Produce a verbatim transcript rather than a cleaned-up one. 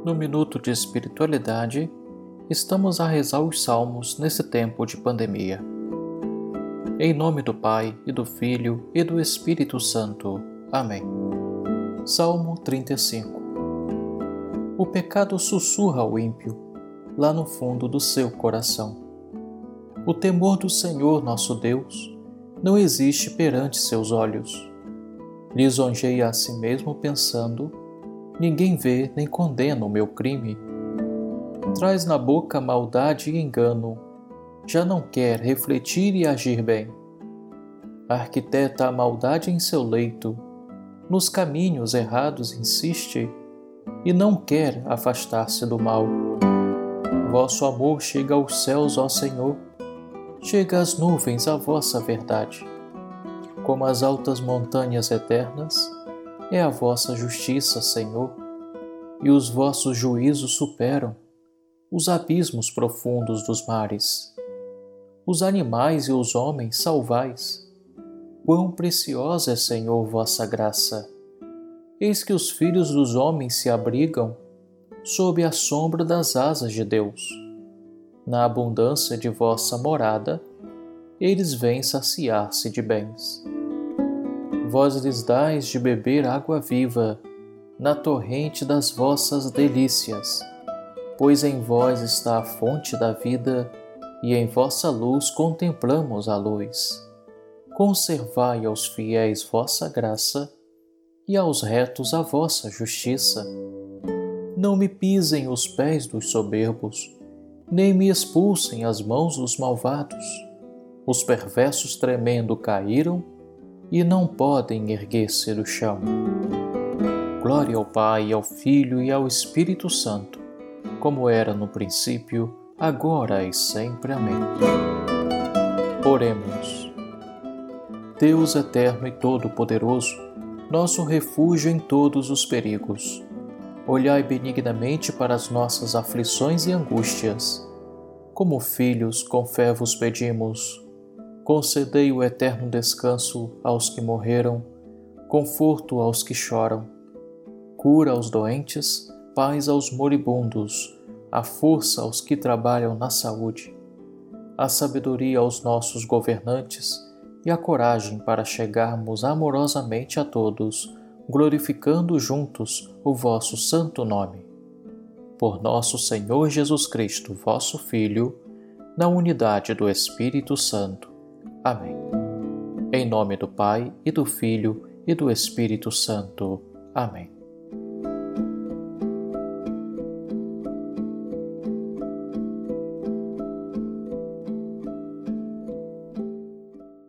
No Minuto de Espiritualidade, estamos a rezar os Salmos nesse tempo de pandemia. Em nome do Pai, e do Filho, e do Espírito Santo. Amém. Salmo trinta e cinco. O pecado sussurra ao ímpio, lá no fundo do seu coração. O temor do Senhor nosso Deus não existe perante seus olhos. Lisonjeia a si mesmo pensando: ninguém vê nem condena o meu crime. Traz na boca maldade e engano, já não quer refletir e agir bem. Arquiteta a maldade em seu leito, nos caminhos errados insiste, e não quer afastar-se do mal. Vosso amor chega aos céus, ó Senhor, chega às nuvens a vossa verdade. Como as altas montanhas eternas, é a vossa justiça, Senhor, e os vossos juízos superam os abismos profundos dos mares. Os animais e os homens salvais. Quão preciosa é, Senhor, vossa graça! Eis que os filhos dos homens se abrigam sob a sombra das asas de Deus. Na abundância de vossa morada, eles vêm saciar-se de bens. Vós lhes dais de beber água viva, na torrente das vossas delícias, pois em vós está a fonte da vida, e em vossa luz contemplamos a luz. Conservai aos fiéis vossa graça, e aos retos a vossa justiça. Não me pisem os pés dos soberbos, nem me expulsem as mãos dos malvados. Os perversos tremendo caíram, e não podem erguer-se do chão. Glória ao Pai, ao Filho e ao Espírito Santo, como era no princípio, agora e sempre. Amém. Oremos. Deus eterno e todo-poderoso, nosso refúgio em todos os perigos, olhai benignamente para as nossas aflições e angústias. Como filhos, com fé vos pedimos, concedei o eterno descanso aos que morreram, conforto aos que choram, cura aos doentes, paz aos moribundos, a força aos que trabalham na saúde, a sabedoria aos nossos governantes e a coragem para chegarmos amorosamente a todos, glorificando juntos o vosso santo nome. Por nosso Senhor Jesus Cristo, vosso Filho, na unidade do Espírito Santo. Amém. Em nome do Pai, e do Filho, e do Espírito Santo. Amém.